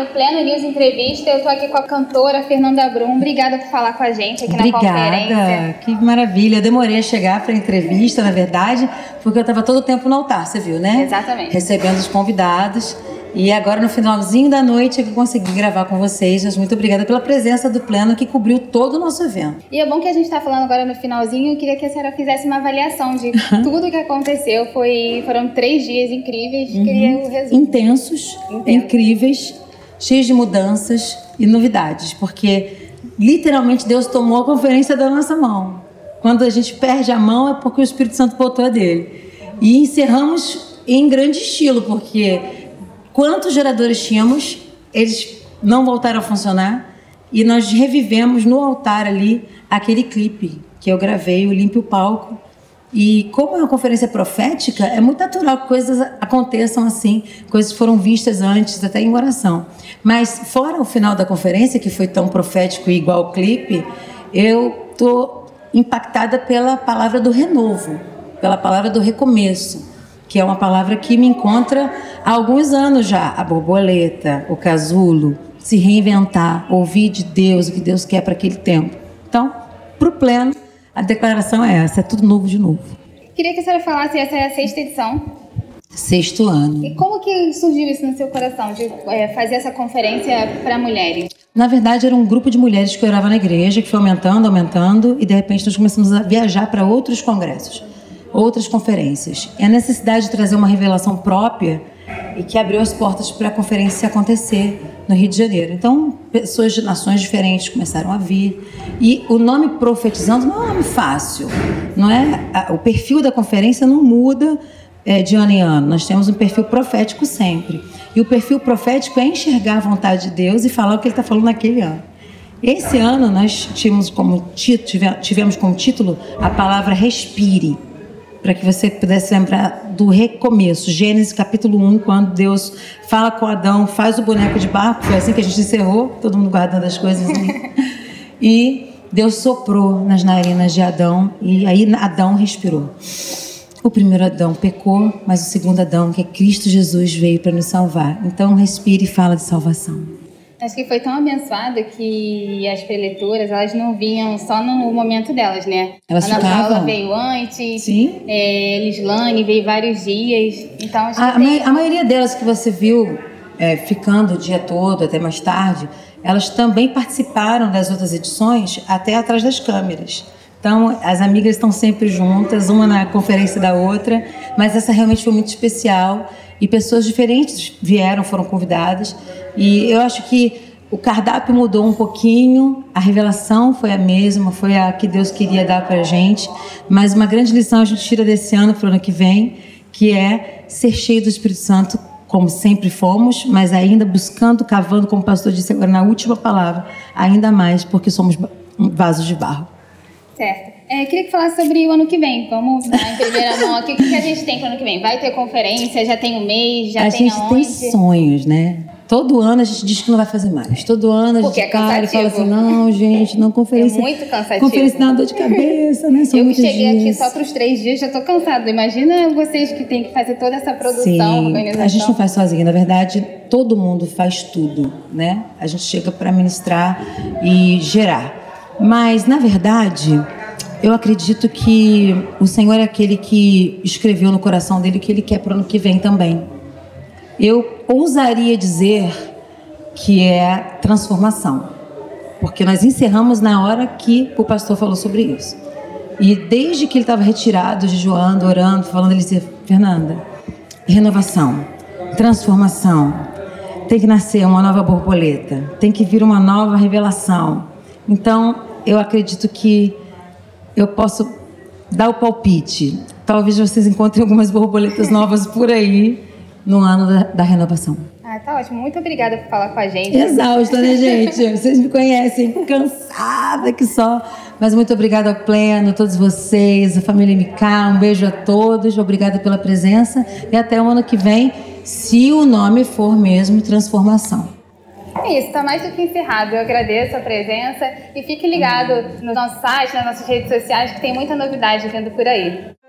no Pleno News Entrevista. Eu tô aqui com a cantora Fernanda Brum. Obrigada por falar com a gente aqui na conferência. Obrigada, que maravilha. Eu demorei a chegar para a entrevista, na verdade, porque eu estava todo o tempo no altar, você viu, né? Exatamente. Recebendo os convidados. E agora, no finalzinho da noite, é que consegui gravar com vocês. Mas muito obrigada pela presença do Pleno, que cobriu todo o nosso evento. E é bom que a gente está falando agora no finalzinho. Eu queria que a senhora fizesse uma avaliação de tudo que aconteceu. Foram 3 dias incríveis. Queria o resumo. Intensos, incríveis, cheios de mudanças e novidades. Porque, literalmente, Deus tomou a conferência da nossa mão. Quando a gente perde a mão, é porque o Espírito Santo botou a dele. E encerramos em grande estilo, porque... quantos geradores tínhamos, eles não voltaram a funcionar e nós revivemos no altar ali aquele clipe que eu gravei, o Limpe o Palco. E como é uma conferência profética, é muito natural que coisas aconteçam assim, coisas foram vistas antes, até em oração. Mas fora o final da conferência, que foi tão profético e igual o clipe, eu estou impactada pela palavra do renovo, pela palavra do recomeço, que é uma palavra que me encontra há alguns anos já. A borboleta, o casulo, se reinventar, ouvir de Deus o que Deus quer para aquele tempo. Então, para o Pleno, a declaração é essa, é tudo novo de novo. Queria que a senhora falasse, essa é a 6ª edição. 6º ano. E como que surgiu isso no seu coração, de fazer essa conferência para mulheres? Na verdade, era um grupo de mulheres que orava na igreja, que foi aumentando, e de repente nós começamos a viajar para outros congressos, outras conferências. É a necessidade de trazer uma revelação própria e que abriu as portas para a conferência acontecer no Rio de Janeiro. Então, pessoas de nações diferentes começaram a vir. E o nome Profetizando não é um nome fácil. Não é, o perfil da conferência não muda de ano em ano. Nós temos um perfil profético sempre. E o perfil profético é enxergar a vontade de Deus e falar o que Ele está falando naquele ano. Esse ano nós tivemos como título a palavra respire, para que você pudesse lembrar do recomeço. Gênesis capítulo 1, quando Deus fala com Adão, faz o boneco de barro, foi assim que a gente encerrou, todo mundo guardando as coisas ali. E Deus soprou nas narinas de Adão, e aí Adão respirou. O primeiro Adão pecou, mas o segundo Adão, que é Cristo Jesus, veio para nos salvar. Então respire e fala de salvação. Acho que foi tão abençoado que as preletoras, elas não vinham só no momento delas, né? Elas Ana ficavam. Paula veio antes, Sim. Lislane veio vários dias. Então, acho que a maioria delas que você viu ficando o dia todo, até mais tarde, elas também participaram das outras edições, até atrás das câmeras. Então, as amigas estão sempre juntas, uma na conferência da outra, mas essa realmente foi muito especial. E pessoas diferentes foram convidadas. E eu acho que o cardápio mudou um pouquinho, a revelação foi a mesma, foi a que Deus queria dar para a gente. Mas uma grande lição a gente tira desse ano para o ano que vem, que é ser cheio do Espírito Santo, como sempre fomos, mas ainda buscando, cavando, como o pastor disse agora na última palavra, ainda mais, porque somos vasos de barro. Certo. Queria que falasse sobre o ano que vem. Vamos dar em primeira mão aqui. O que a gente tem para o ano que vem? Vai ter conferência? Já tem um mês? Já tem aonde? A gente tem sonhos, né? Todo ano a gente diz que não vai fazer mais. Todo ano a gente para e fala assim, não, gente, não, conferência... É muito cansativo. Conferência dá uma dor de cabeça, né? São eu cheguei dias. aqui só para os 3 dias, já estou cansada. Imagina vocês que têm que fazer toda essa produção, Sim, organização. A gente não faz sozinho. Na verdade, todo mundo faz tudo, né? A gente chega para ministrar e gerar. Mas, na verdade... eu acredito que o Senhor é aquele que escreveu no coração dele o que Ele quer para o ano que vem também. Eu ousaria dizer que é transformação, porque nós encerramos na hora que o pastor falou sobre isso. E desde que ele estava retirado, jejuando, orando, falando, ele dizia, Fernanda, renovação, transformação, tem que nascer uma nova borboleta, tem que vir uma nova revelação. Então, eu acredito que eu posso dar o palpite. Talvez vocês encontrem algumas borboletas novas por aí no ano da renovação. Tá ótimo. Muito obrigada por falar com a gente. Exausta, né, gente? Vocês me conhecem, cansada que só. Mas muito obrigada ao Pleno, a todos vocês, a família MK. Um beijo a todos. Obrigada pela presença. E até o ano que vem, se o nome for mesmo Transformação. É isso, está mais do que encerrado. Eu agradeço a presença e fique ligado no nosso site, nas nossas redes sociais, que tem muita novidade vindo por aí.